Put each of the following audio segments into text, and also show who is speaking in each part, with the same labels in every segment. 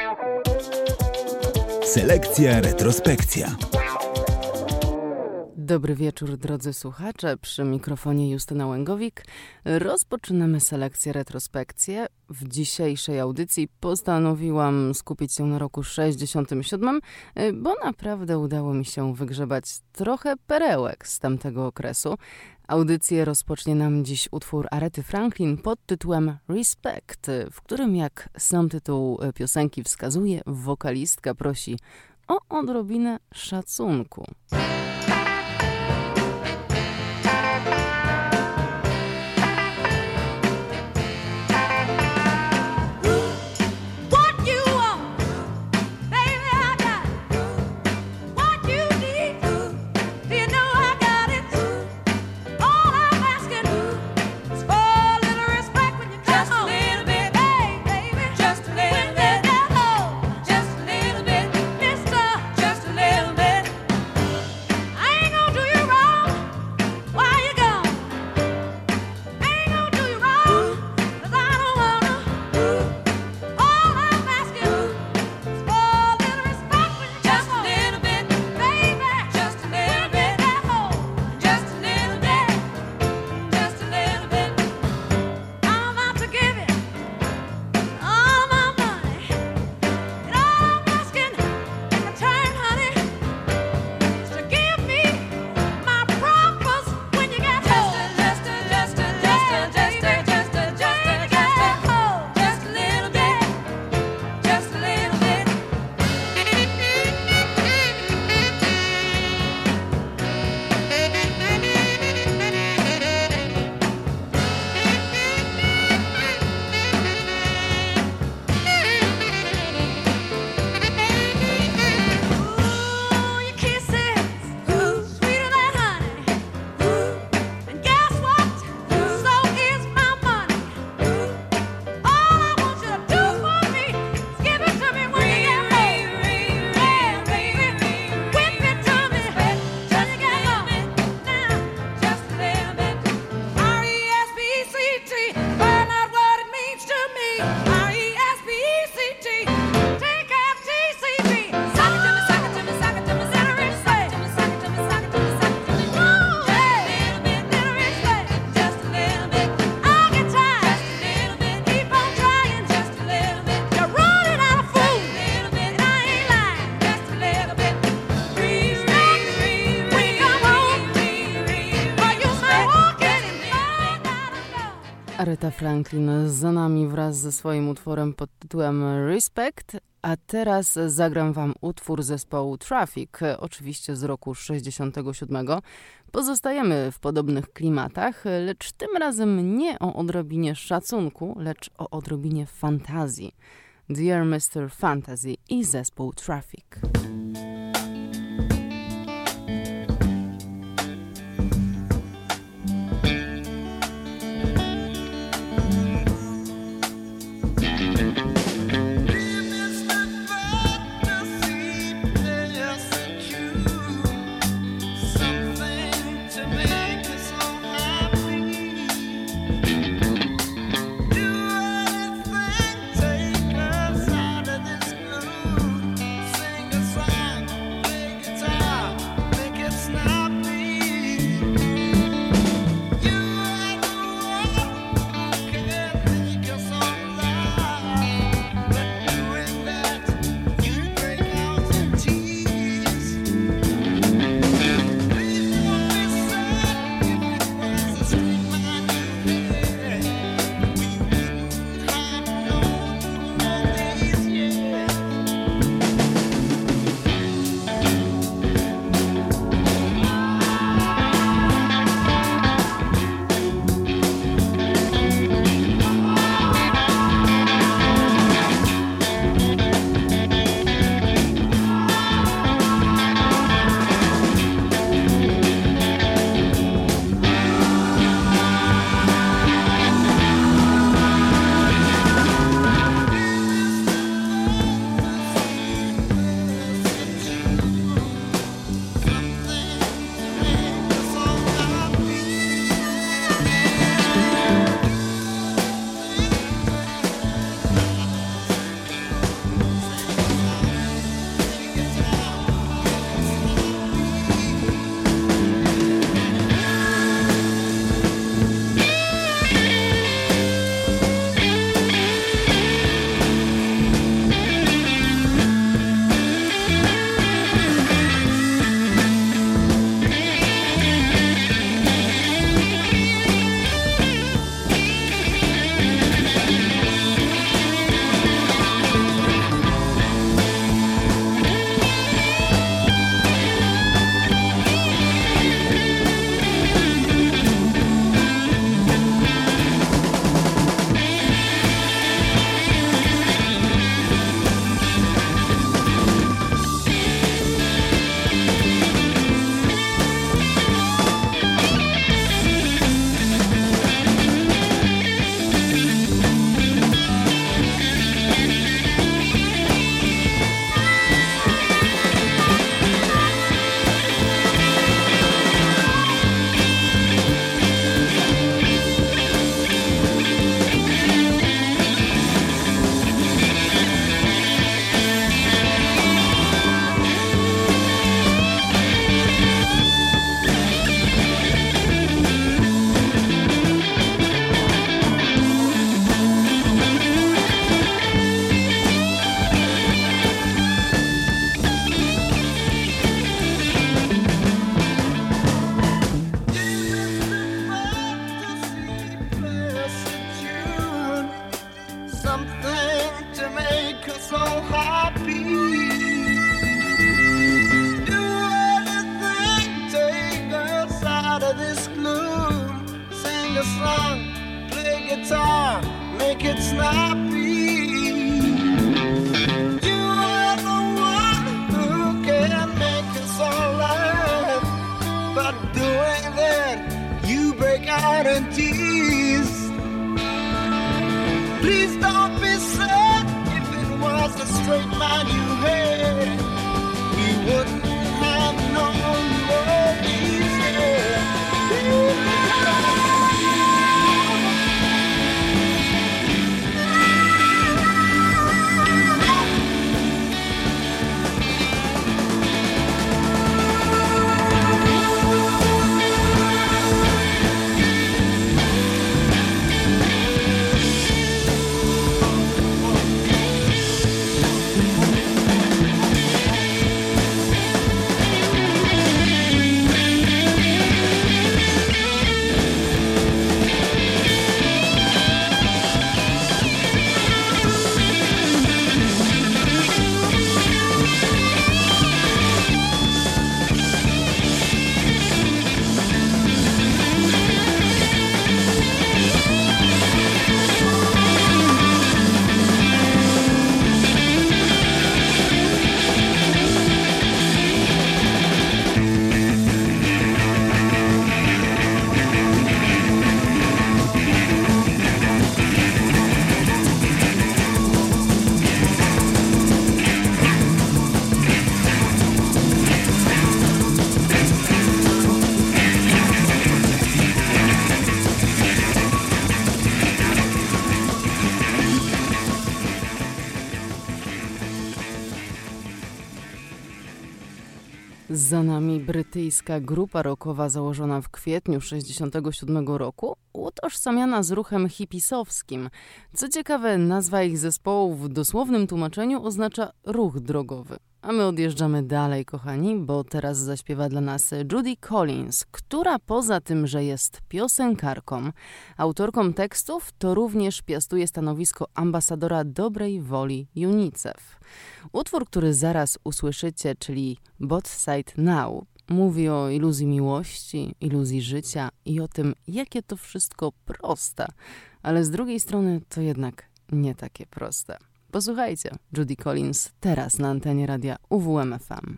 Speaker 1: Selekcja, retrospekcja.
Speaker 2: Dobry wieczór, drodzy słuchacze. Przy mikrofonie Justyna Łęgowik. Rozpoczynamy selekcję, retrospekcję. W dzisiejszej audycji postanowiłam skupić się na roku 67, bo naprawdę udało mi się wygrzebać trochę perełek z tamtego okresu. Audycję rozpocznie nam dziś utwór Arety Franklin pod tytułem Respect, w którym, jak sam tytuł piosenki wskazuje, wokalistka prosi o odrobinę szacunku. Areta Franklin za nami wraz ze swoim utworem pod tytułem Respect, a teraz zagram wam utwór zespołu Traffic, oczywiście z roku 67. Pozostajemy w podobnych klimatach, lecz tym razem nie o odrobinie szacunku, lecz o odrobinie fantazji. Dear Mr. Fantasy i zespół Traffic.
Speaker 3: Sing a happy. Do anything, take us out of this gloom. Sing a song, play guitar, make it snappy. You are the one who can make us all laugh. But doing that, you break out in tears. Please don't be sad. If it was the straight man you had, we wouldn't have known all these years.
Speaker 2: Za nami brytyjska grupa rockowa założona w kwietniu 1967 roku, utożsamiana z ruchem hipisowskim. Co ciekawe, nazwa ich zespołu w dosłownym tłumaczeniu oznacza ruch drogowy. A my odjeżdżamy dalej, kochani, bo teraz zaśpiewa dla nas Judy Collins, która poza tym, że jest piosenkarką, autorką tekstów, to również piastuje stanowisko ambasadora dobrej woli UNICEF. Utwór, który zaraz usłyszycie, czyli Both Side Now, mówi o iluzji miłości, iluzji życia i o tym, jakie to wszystko proste, ale z drugiej strony to jednak nie takie proste. Posłuchajcie, Judy Collins teraz na antenie radia UWMFM.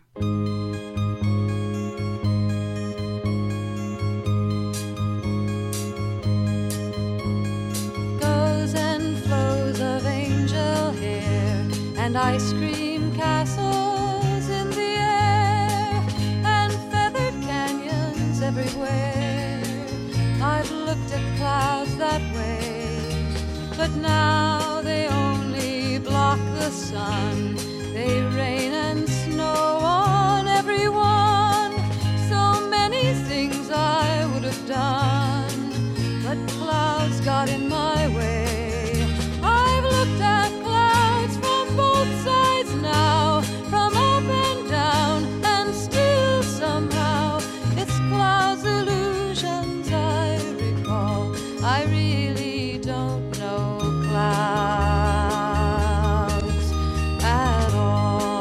Speaker 4: Goes and flows of angel hair and ice cream castles in the air and feathered canyons everywhere. I've looked at clouds that way, but now they only block the sun. They rain and snow on everyone. So many things I would have done, but clouds got in my way. I've looked at clouds from both sides now, from up and down, and still somehow it's clouds' illusions I recall. I really don't know clouds at all.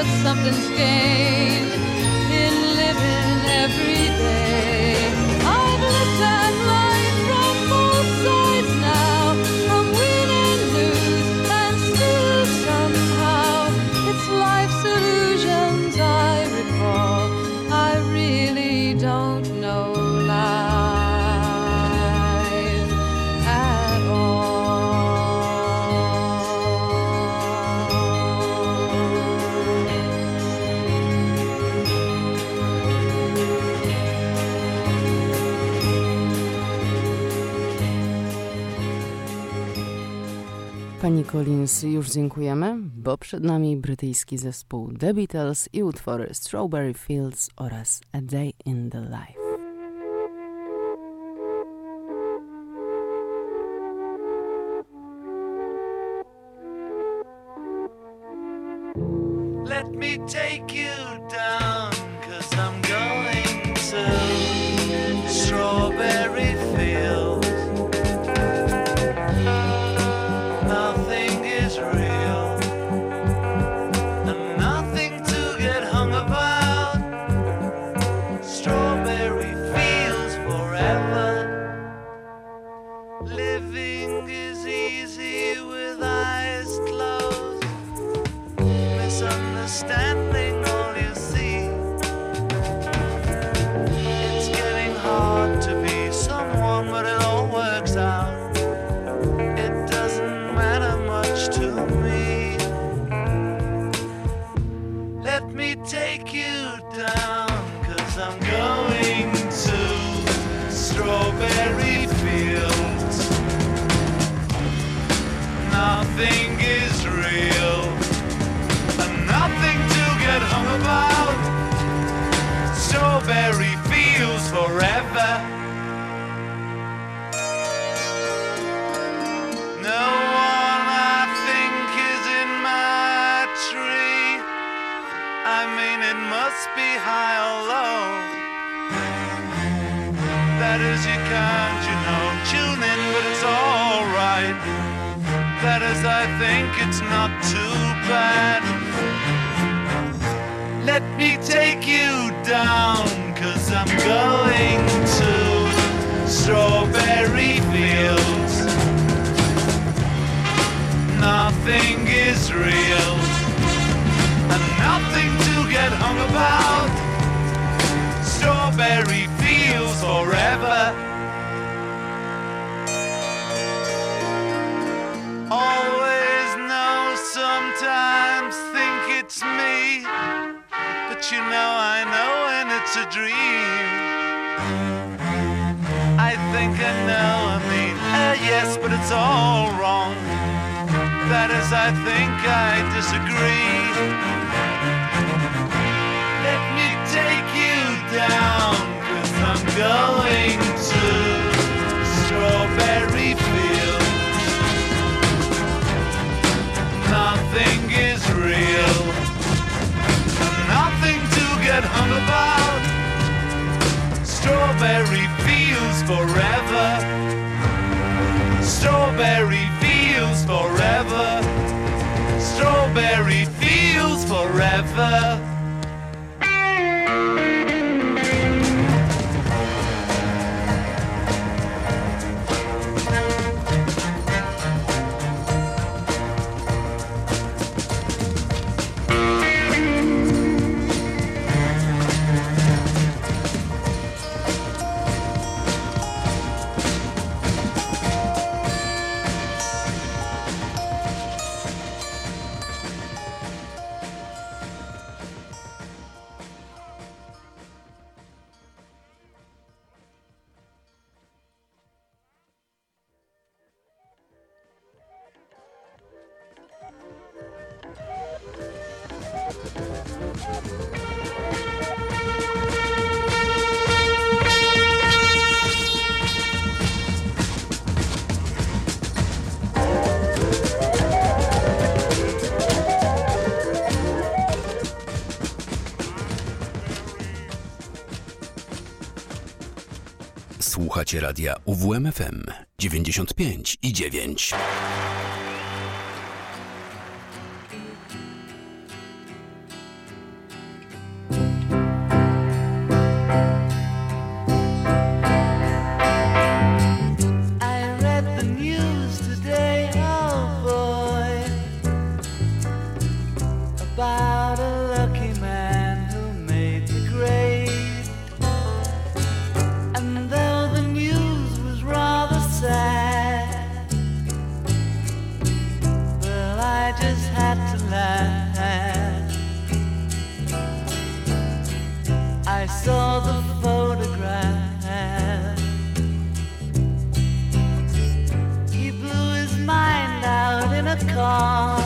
Speaker 4: but something's gained in living every day. I've looked at life from both sides now, from win and lose, and still somehow it's life's illusions I recall. I really don't know life at all.
Speaker 2: Pani Collins, już dziękujemy, bo przed nami brytyjski zespół The Beatles i utwory Strawberry Fields oraz A Day in the Life.
Speaker 3: Let me take you down, 'cause I'm going to Strawberry Fields. Nothing is real, and nothing to get hung about. Strawberry Fields forever. Living is easy with eyes closed. Misunderstanding all you see. It's getting hard to be someone, but it all works out. It doesn't matter much to me. Let me take you down, 'cause I'm going to Strawberry Fields. Nothing is real, and nothing to get hung about. Strawberry Fields forever. No one I think is in my tree. I mean, it must be high or low. That is, you can't, tune in, but it's alright. That is, I think it's not too bad. Let me take you down, 'cause I'm going to Strawberry Fields. Nothing is real, and nothing to get hung about. Strawberry Fields forever. Always know, sometimes think it's me, but I know when it's a dream. I think I know, yes, but it's all wrong. That is, I think I disagree. Let me take you down, 'cause I'm going to Strawberry Fields. Nothing is real, nothing to get hung about. Strawberry Fields forever. Strawberry Fields forever. Strawberry Fields forever.
Speaker 1: Słuchacie radia UWMFM 95,9.
Speaker 3: about a lucky man who made the grade. And though the news was rather sad, well, I just had to laugh. I saw the photograph. He blew his mind out in a car.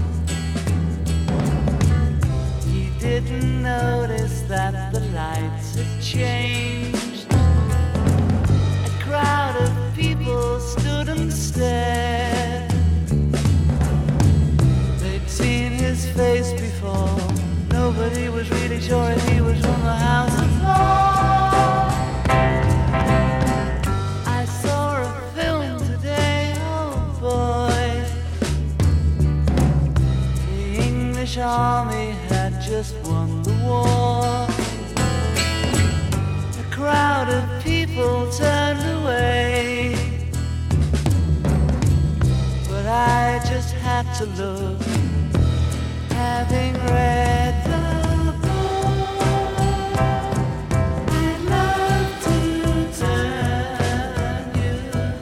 Speaker 3: He didn't notice that the lights had changed. A crowd of people stood and stared. They'd seen his face before. Nobody was really sure if he was from the House of Lords. I saw a film today, oh boy. The English army had just won the war. A crowd of people turned away, but I just had to look. Having read the book, I'd love to turn you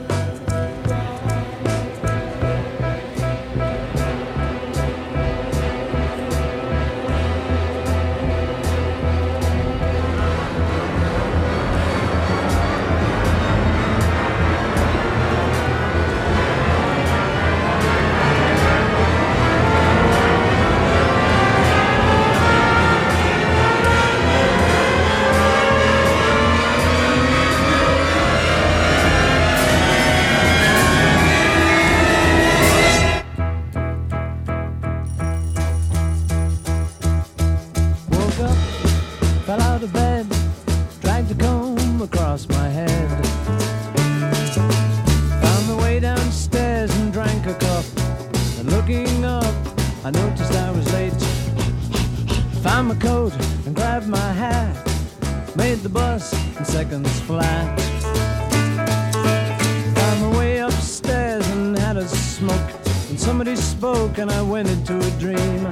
Speaker 5: I noticed I was late. Found my coat and grabbed my hat. Made the bus in seconds flat. Found my way upstairs and had a smoke. And somebody spoke and I went into a dream.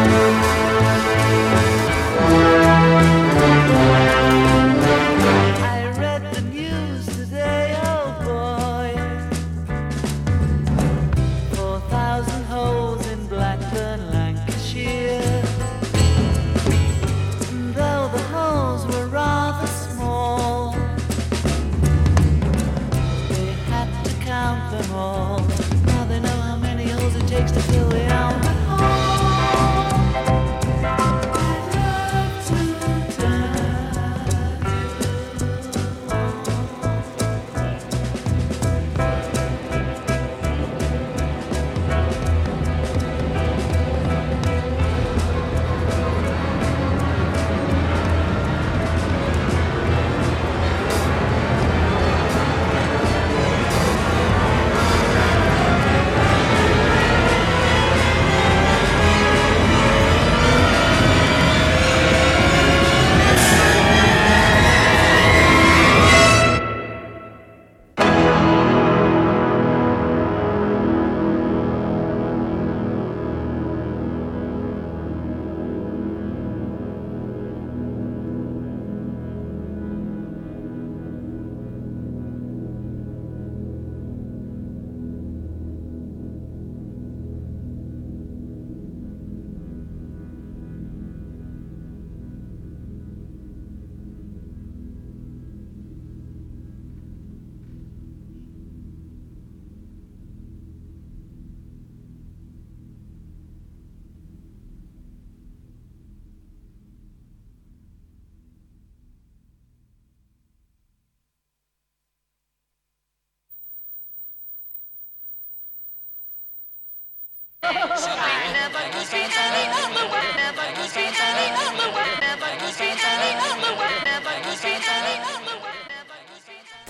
Speaker 3: I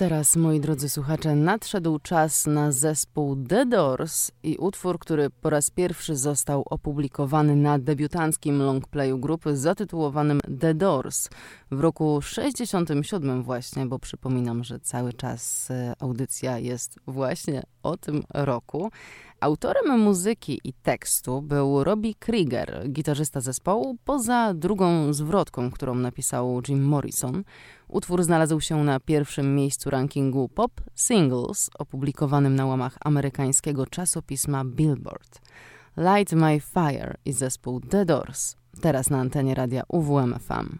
Speaker 2: teraz, moi drodzy słuchacze, nadszedł czas na zespół The Doors i utwór, który po raz pierwszy został opublikowany na debiutanckim longplayu grupy zatytułowanym The Doors w roku 67 właśnie, bo przypominam, że cały czas audycja jest właśnie o tym roku. Autorem muzyki i tekstu był Robbie Krieger, gitarzysta zespołu, poza drugą zwrotką, którą napisał Jim Morrison. Utwór znalazł się na pierwszym miejscu rankingu Pop Singles, opublikowanym na łamach amerykańskiego czasopisma Billboard. Light My Fire i zespół The Doors. Teraz na antenie radia UWM FM.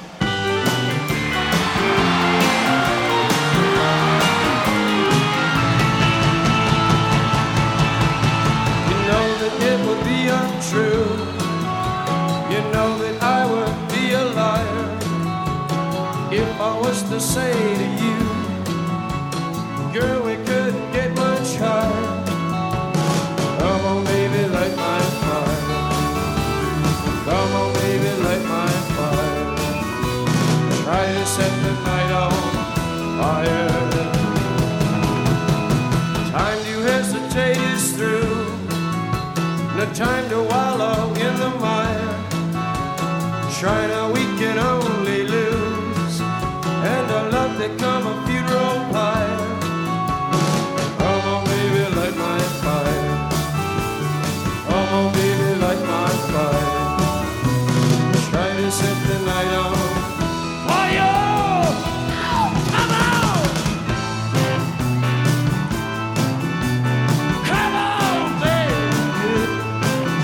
Speaker 6: It would be untrue. You know that I would be a liar if I was to say to you, girl, we couldn't get much higher. Come on, baby, light my fire. Come on, baby, light my fire. Try to set the night on fire. Time to hesitate is through. No time to wallow in the mire. Try now, we can only lose, and our love become a funeral pyre. Come on, baby, light my fire. Come on, baby, light my fire. Try to set the night on fire. Come on! Come on, baby.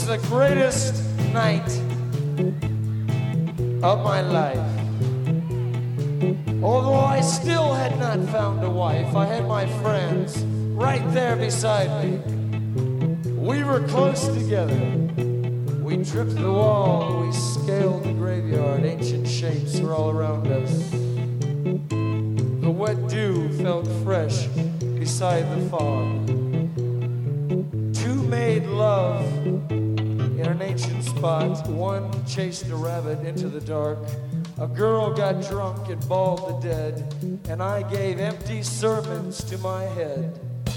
Speaker 6: the greatest night of my life. Although I still had not found a wife, I had my friends right there beside me. We were close together. We tripped the wall, we scaled the graveyard, ancient shapes were all around us. The wet dew felt fresh beside the fog. Two made love in an ancient spot. One chased a rabbit into the dark. A girl got drunk and bawled the dead, and I gave empty sermons to my head.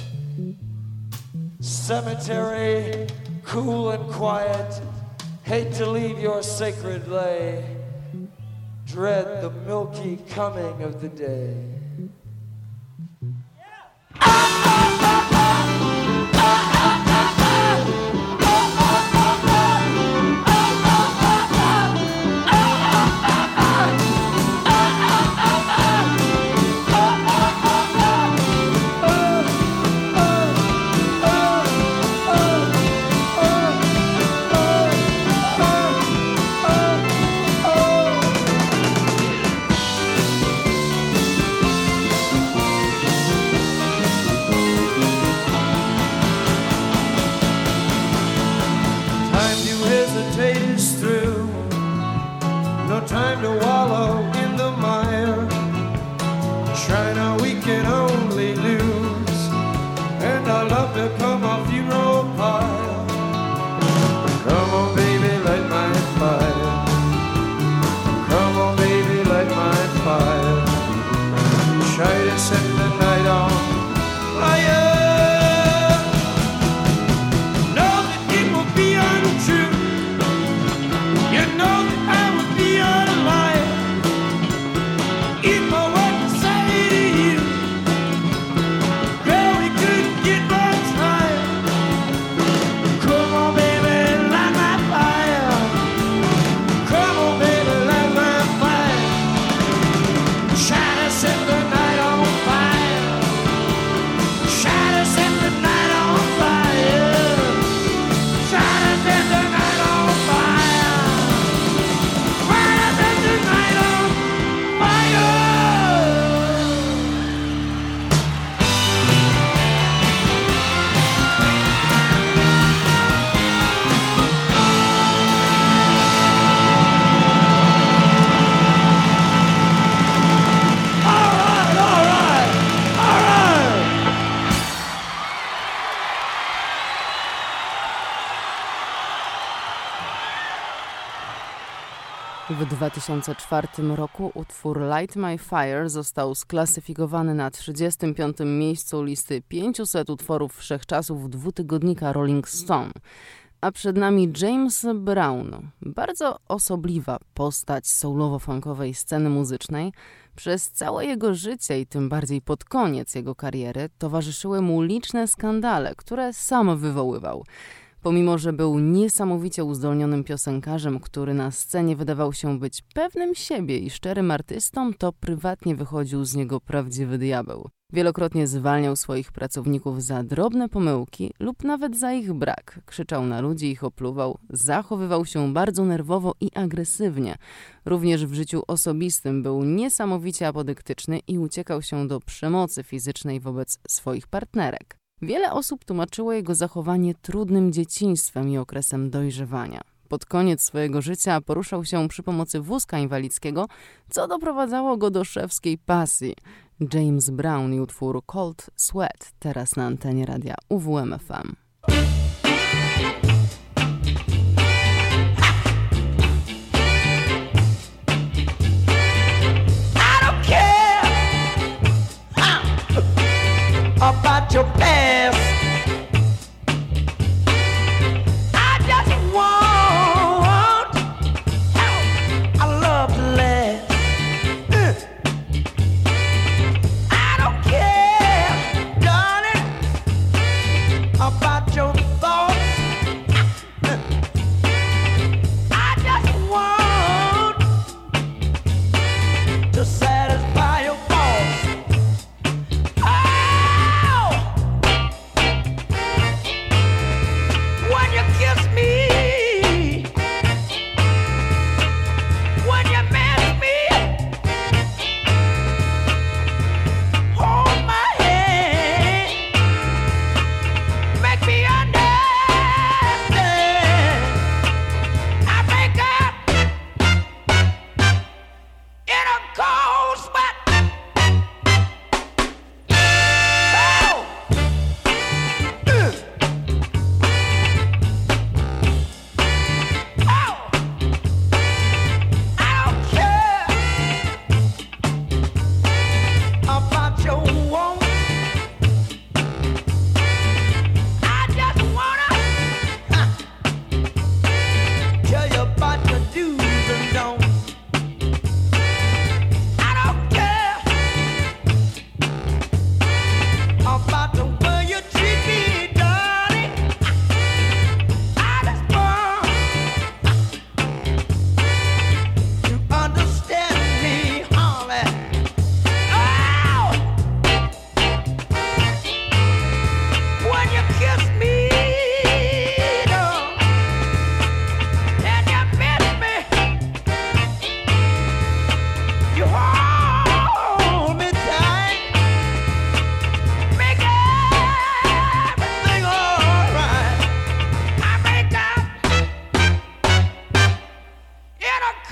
Speaker 6: Cemetery, cool and quiet, hate to leave your sacred lay, dread the milky coming of the day. Time to wallow in the mire. China, we can only lose, and I love to come off funeral pyre. Come on, baby, light my fire. Come on, baby, light my fire. Try to set the night on fire. Know that it will be untrue. You know that I would be alive if I were to say to you, girl, we couldn't get much higher. Come on, baby, light my fire. Come on, baby, light my fire. Try to set the night on fire. Try to set the night on fire. Try to set the night on fire.
Speaker 2: W 2004 roku utwór Light My Fire został sklasyfikowany na 35. miejscu listy 500 utworów wszechczasów dwutygodnika Rolling Stone. A przed nami James Brown, bardzo osobliwa postać soulowo-funkowej sceny muzycznej. Przez całe jego życie i tym bardziej pod koniec jego kariery towarzyszyły mu liczne skandale, które sam wywoływał. Pomimo że był niesamowicie uzdolnionym piosenkarzem, który na scenie wydawał się być pewnym siebie i szczerym artystą, to prywatnie wychodził z niego prawdziwy diabeł. Wielokrotnie zwalniał swoich pracowników za drobne pomyłki lub nawet za ich brak. Krzyczał na ludzi, ich opluwał, zachowywał się bardzo nerwowo i agresywnie. Również w życiu osobistym był niesamowicie apodyktyczny i uciekał się do przemocy fizycznej wobec swoich partnerek. Wiele osób tłumaczyło jego zachowanie trudnym dzieciństwem i okresem dojrzewania. Pod koniec swojego życia poruszał się przy pomocy wózka inwalidzkiego, co doprowadzało go do szewskiej pasji. James Brown i utwór Cold Sweat, teraz na antenie radia UWM FM.
Speaker 3: About your past, I just want our love to last. I don't care, darling, about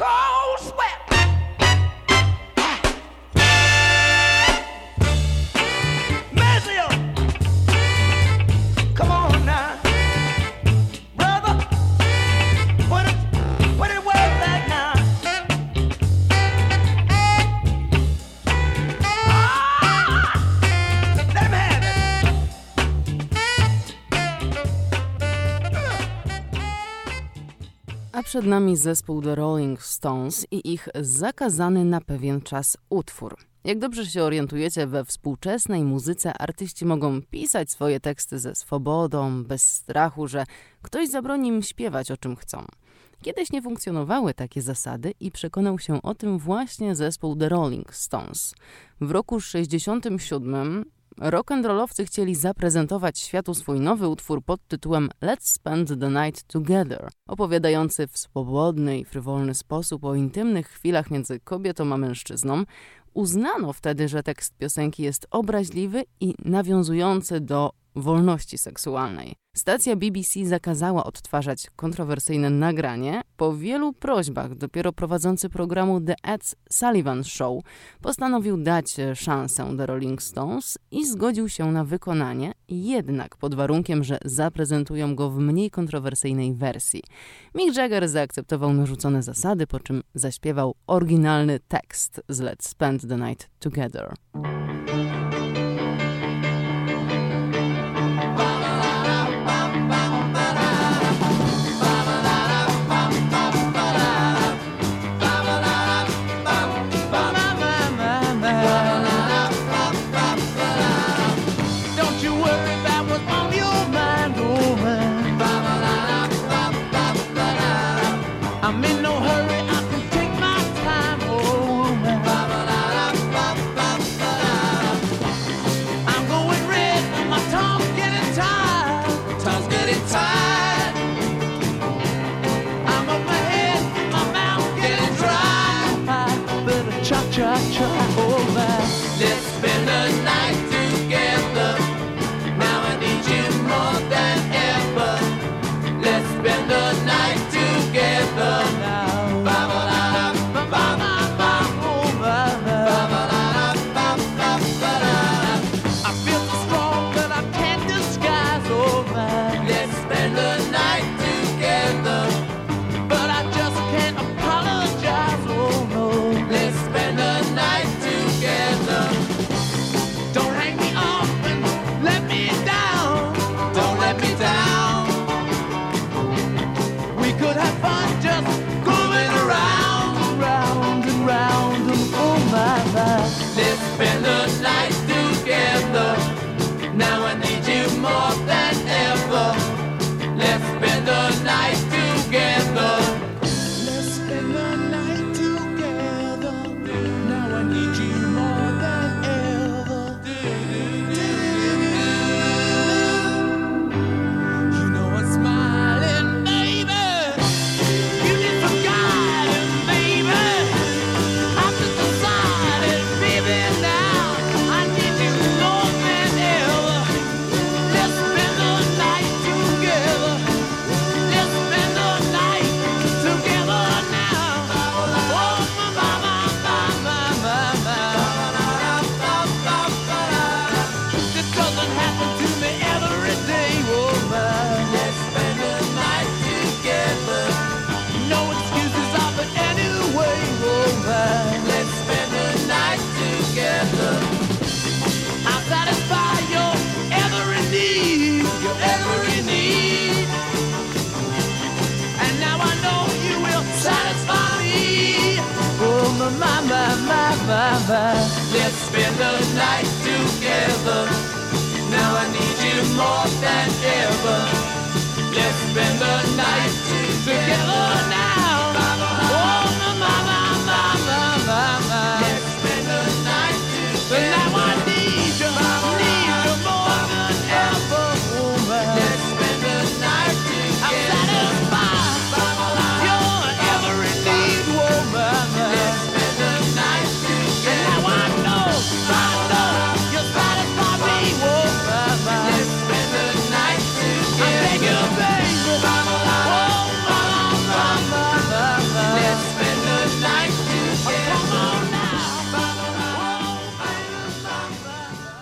Speaker 3: cold sweat. Maceo, come on now, brother. What it was like now? Let him have it.
Speaker 2: A przed nami zespół The Rolling Stones i ich zakazany na pewien czas utwór. Jak dobrze się orientujecie, we współczesnej muzyce artyści mogą pisać swoje teksty ze swobodą, bez strachu, że ktoś zabroni im śpiewać o czym chcą. Kiedyś nie funkcjonowały takie zasady i przekonał się o tym właśnie zespół The Rolling Stones. W roku 1967 rock'n'rollowcy chcieli zaprezentować światu swój nowy utwór pod tytułem Let's Spend the Night Together, opowiadający w swobodny i frywolny sposób o intymnych chwilach między kobietą a mężczyzną. Uznano wtedy, że tekst piosenki jest obraźliwy i nawiązujący do wolności seksualnej. Stacja BBC zakazała odtwarzać kontrowersyjne nagranie. Po wielu prośbach dopiero prowadzący programu The Ed Sullivan Show postanowił dać szansę The Rolling Stones i zgodził się na wykonanie, jednak pod warunkiem, że zaprezentują go w mniej kontrowersyjnej wersji. Mick Jagger zaakceptował narzucone zasady, po czym zaśpiewał oryginalny tekst z Let's Spend the Night Together.
Speaker 3: Let's spend the night together. Now I need you more than ever. Let's spend the night together now. Oh, mama. Let's spend the night together. Now I need you more than ever, woman. Let's spend the night together. I'm satisfied your every need, woman. Let's spend the night together. And now I know you satisfy me, woman. Let's spend the night together. I beg you, baby. Oh, mama.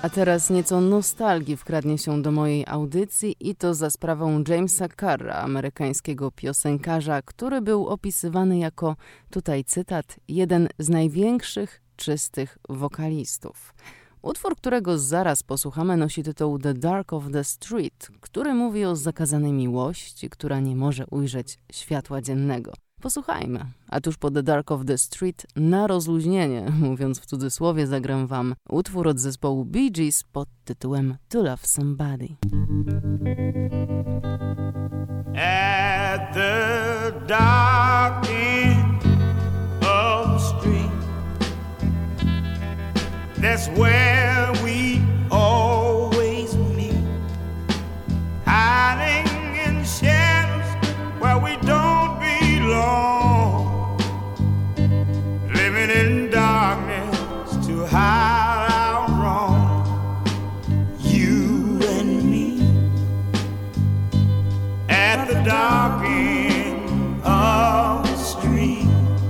Speaker 2: A teraz nieco nostalgii wkradnie się do mojej audycji i to za sprawą Jamesa Carra, amerykańskiego piosenkarza, który był opisywany jako, tutaj cytat, jeden z największych, czystych wokalistów. Utwór, którego zaraz posłuchamy, nosi tytuł The Dark of the Street, który mówi o zakazanej miłości, która nie może ujrzeć światła dziennego. Posłuchajmy, a tuż po The Dark of the Street na rozluźnienie, mówiąc w cudzysłowie, zagram wam utwór od zespołu Bee Gees pod tytułem To Love Somebody.
Speaker 3: At the dark end of the street, that's where we always meet, hiding in shadows where we don't belong, living in darkness to hide our wrong. You and me at the dark end of the street.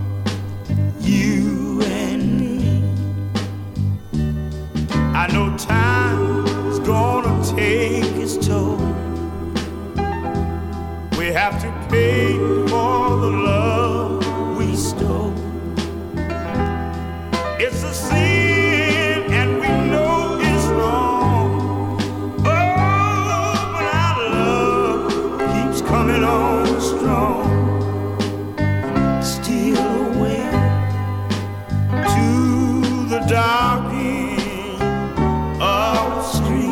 Speaker 3: You and me. I know time's gonna take its toll. We have to pay for the love we stole. It's a sin and we know it's wrong. Oh, but our love keeps coming on strong. Steal away to the dark end of the street.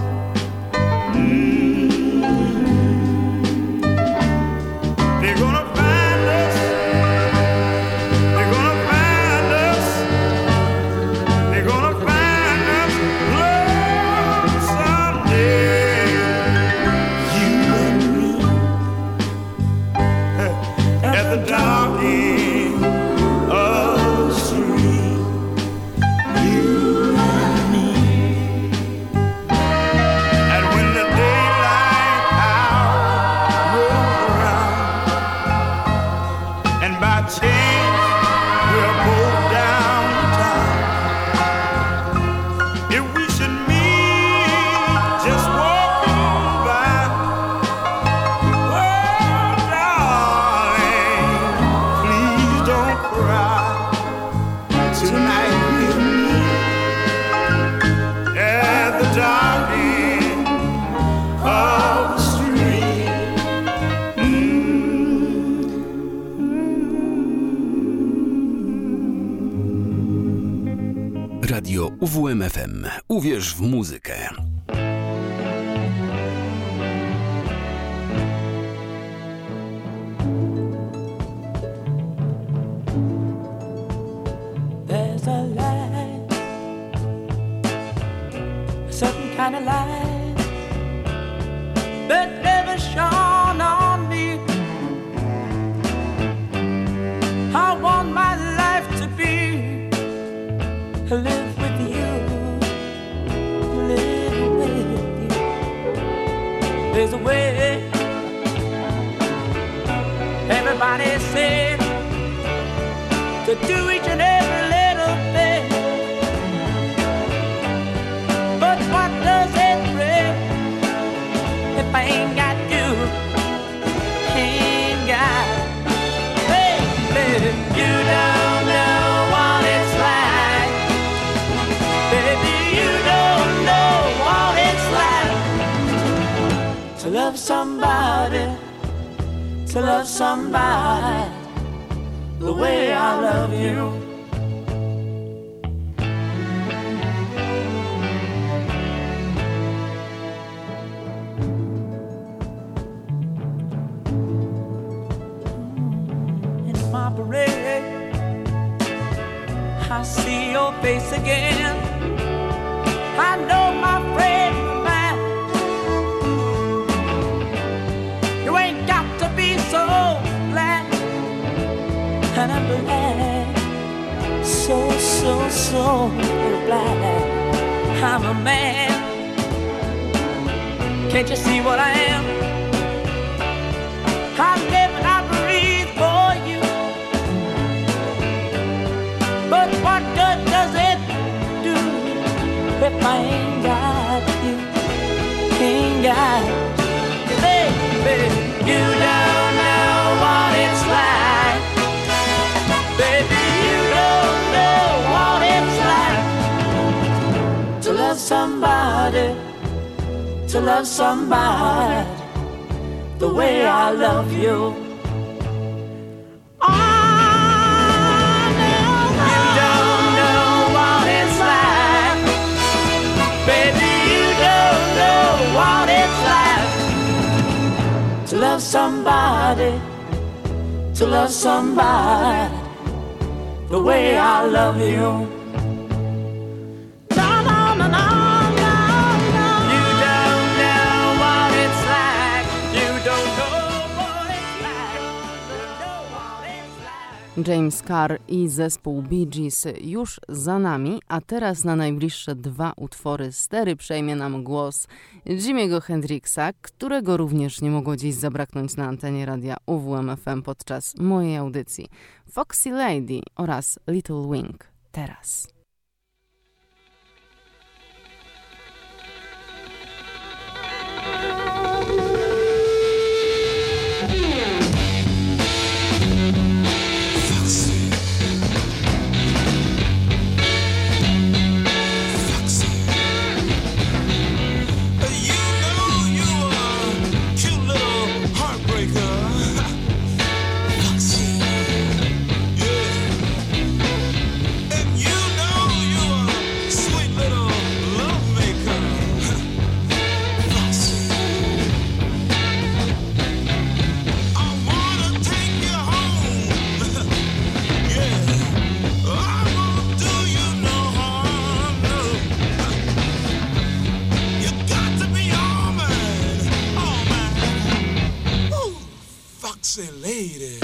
Speaker 3: They're gonna find us. They're gonna find us. They're gonna find us. Love someday. You and me at the dark end of the street. You and me. And when the daylight hour rolls around, and by chance we're both downtown, if we should meet just walking by, oh darling, please don't cry. Tonight with me at the dark end of the street.
Speaker 1: Radio UWMFM. Uwierz w muzykę.
Speaker 7: There's a light, a certain kind of light that never shone on me. I want my life to be, live with you, live with you. There's a way, everybody said, to do each and every little thing. But what does it bring if I ain't got you? Ain't got, baby, you don't know what it's like. Baby, you don't know what it's like to love somebody, to love somebody the way I love you. In my parade, I see your face again. I know my friend of mine. You ain't got to be so glad. And I'm glad, so glad I'm a man. Can't you see what I am? I live and I breathe for you. But what good does it do if I ain't to love somebody the way I love you. To love somebody, to love somebody the way I love you. No, no, no, no, no, no. You don't know what it's like. You don't know what it's like. You don't know what it's like.
Speaker 2: James Carr i zespół Bee Gees już za nami, a teraz na najbliższe 2 utwory stery przejmie nam głos Jimiego Hendrixa, którego również nie mogło dziś zabraknąć na antenie radia UWM-FM podczas mojej audycji. Foxy Lady oraz Little Wing. Teraz.
Speaker 8: Foxy lady.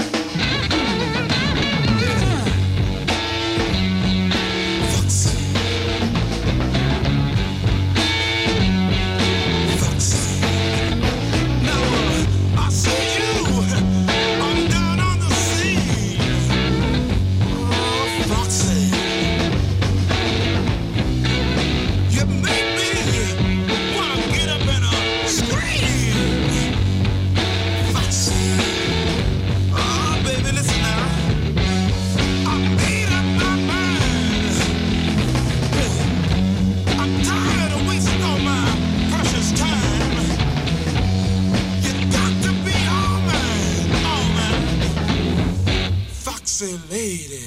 Speaker 8: Lady.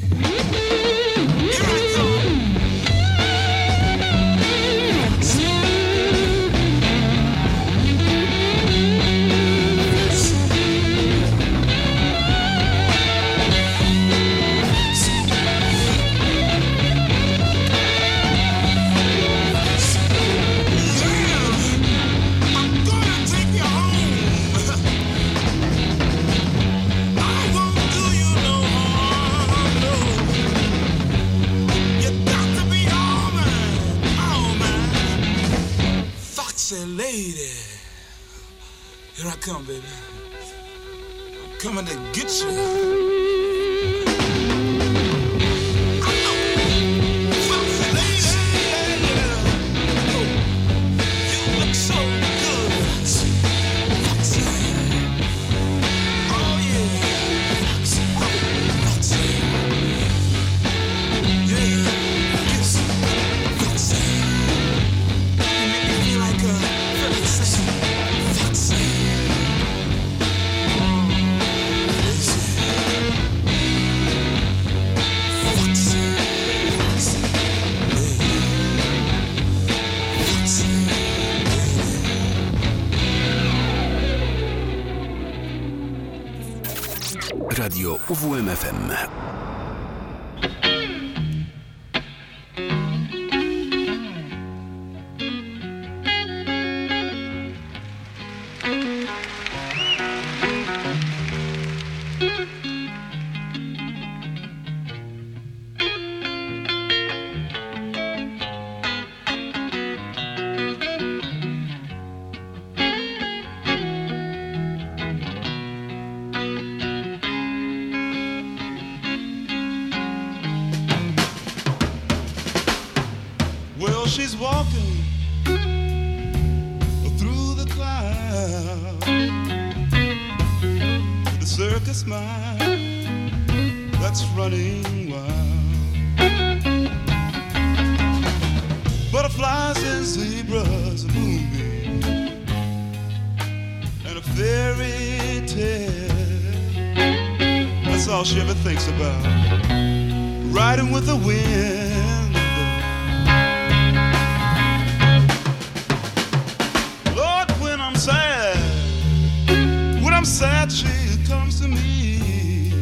Speaker 8: Here I come. Lady, here I come, baby. I'm coming to get you.
Speaker 1: Radio UWM-FM.
Speaker 8: She's walking through the clouds with a circus mind that's running wild. Butterflies and zebras are moving fairy tale. That's all she ever thinks about. Riding with the wind. Lord, when I'm sad, she comes to me.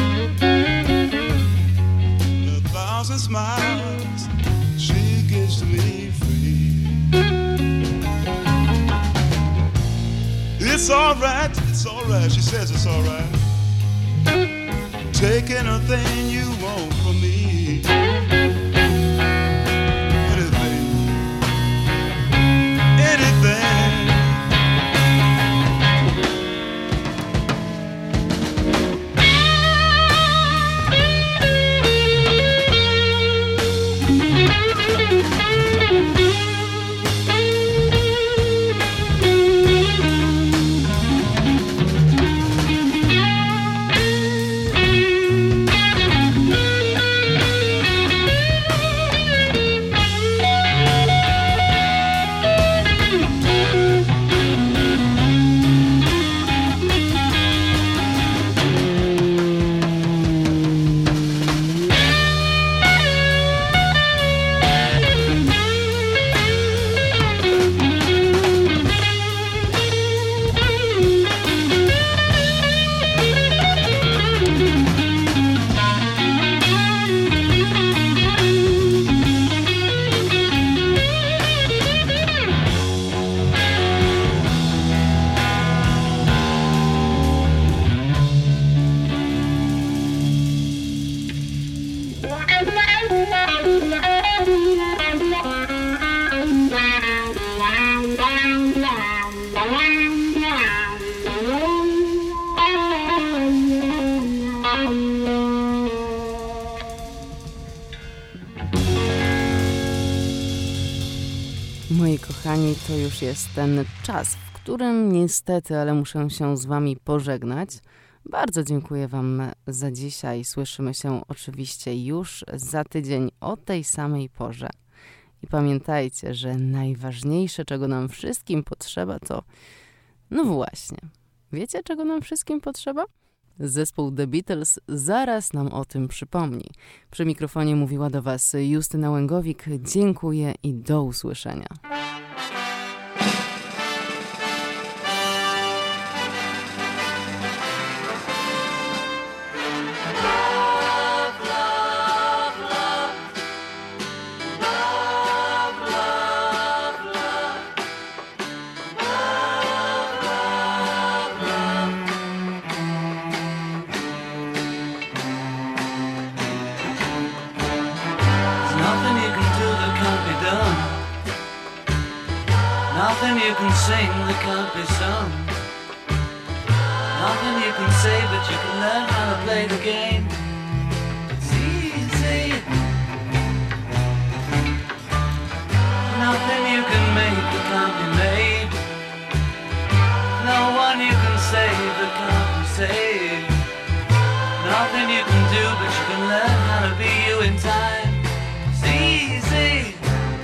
Speaker 8: A thousand smiles she gives to me free. It's alright, she says it's alright. Take anything you want from me. Anything, anything.
Speaker 2: Moi kochani, to już jest ten czas, w którym niestety, ale muszę się z wami pożegnać. Bardzo dziękuję wam za dzisiaj. Słyszymy się oczywiście już za tydzień o tej samej porze. I pamiętajcie, że najważniejsze, czego nam wszystkim potrzeba, to... No właśnie. Wiecie, czego nam wszystkim potrzeba? Zespół The Beatles zaraz nam o tym przypomni. Przy mikrofonie mówiła do was Justyna Łęgowik. Dziękuję i do usłyszenia.
Speaker 9: Nothing you can sing that can't be sung. Nothing you can say, but you can learn how to play the game. It's easy. Nothing you can make that can't be made. No one you can save that can't be saved. Nothing you can do, but you can learn how to be you in time. It's easy.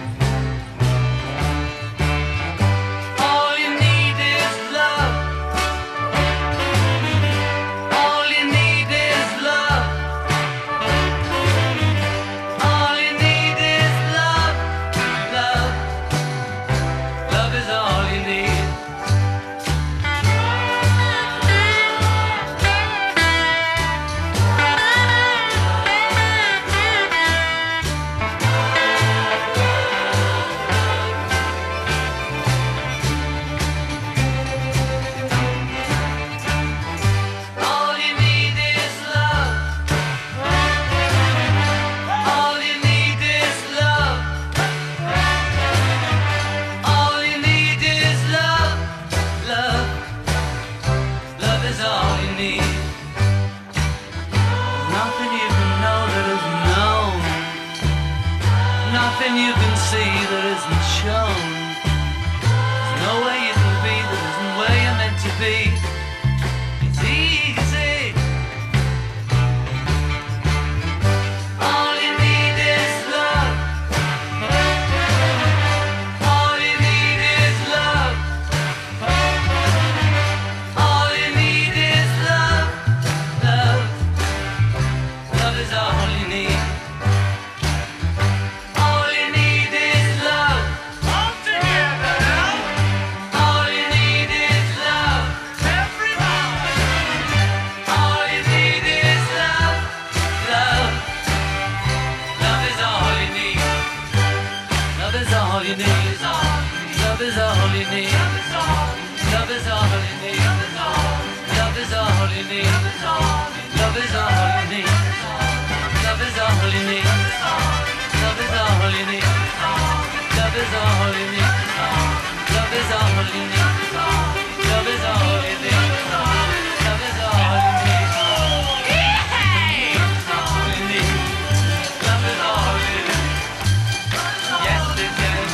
Speaker 9: Nothing you can see that isn't shown. There's no way you can be that isn't where you're meant to be. It's easy. All you need is love. All you need is love. is all you need. All you need is love. All together. All you need is love. Everybody. All you need is love. Love. Love is all you need. Love is all you need. Love is all you need. Love is all you need. Love is all you need. Love is all you need. Love is all you need. Love is all you need. Love is all you need. Love is all you need. Love is all you need. Love is all you need. All you need. Love is all you need. Yes, it is.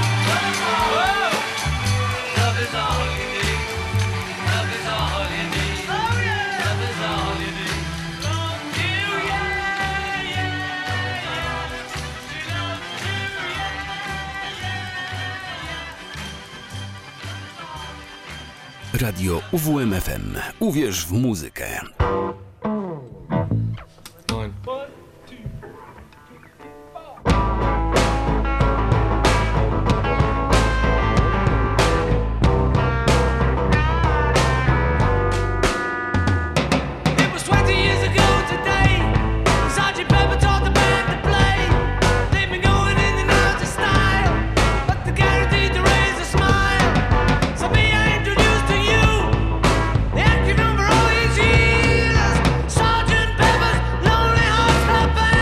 Speaker 9: Love is all you need. Love is all you need. Love is all you need. Love you, yeah, yeah, yeah. She loves you, yeah, yeah.
Speaker 1: Radio UWMFM. Uwierz w muzykę.
Speaker 3: It was 20 years ago today. Sergeant Pepper taught the band to play. They've been going in and out of style, but they're guaranteed to raise a smile. So may I introduce to you the active number all these years, Sergeant Pepper's Lonely Hearts Club Band.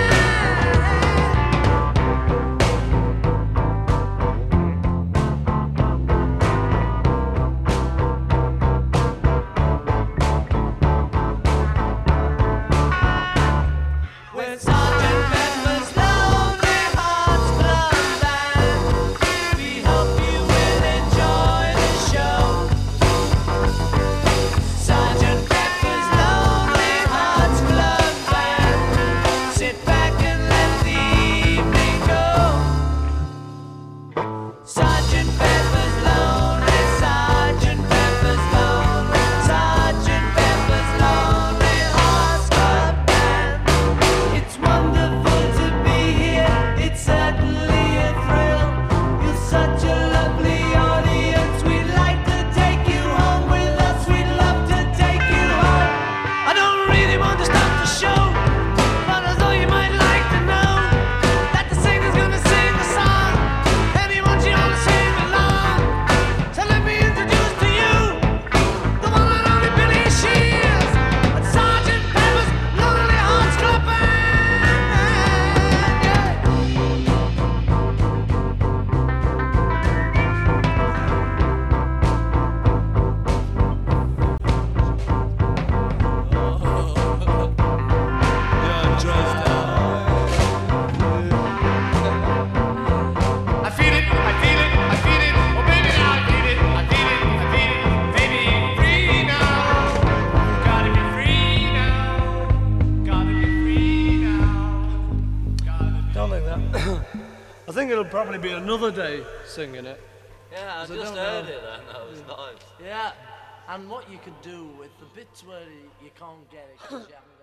Speaker 3: With Sergeant Pepper's Lonely Hearts Club Band, we hope you will enjoy the show. Sergeant Pepper's Lonely Hearts Club Band, sit back and let the evening go. Sergeant Pepper's Lonely, Sergeant Pepper's Lonely, Sergeant Pepper's Lonely Hearts Club Band. It's wonderful to be here, it's certainly a thrill. You're such a lovely audience, we'd like to take you home with us, we'd love to take you home. I don't really want to stop the show, but I thought you might like to know that the singer's gonna sing the song, and he wants you all to sing along. So let me introduce to you the one and only Billy Shears at Sergeant Pepper's Lonely Hearts Club Band. I feel it, I feel it, I feel it. Oh baby, now I feel it, I feel it, I feel it. Baby, free now. Gotta be free now. Gotta be free now.
Speaker 5: Don't think that. I think it'll probably be another day singing it.
Speaker 10: Yeah, I
Speaker 5: So
Speaker 10: just
Speaker 5: don't
Speaker 10: heard
Speaker 5: know.
Speaker 10: it then. That was nice.
Speaker 11: Yeah, and what you could do with the bits where you can't get it 'cause you haven't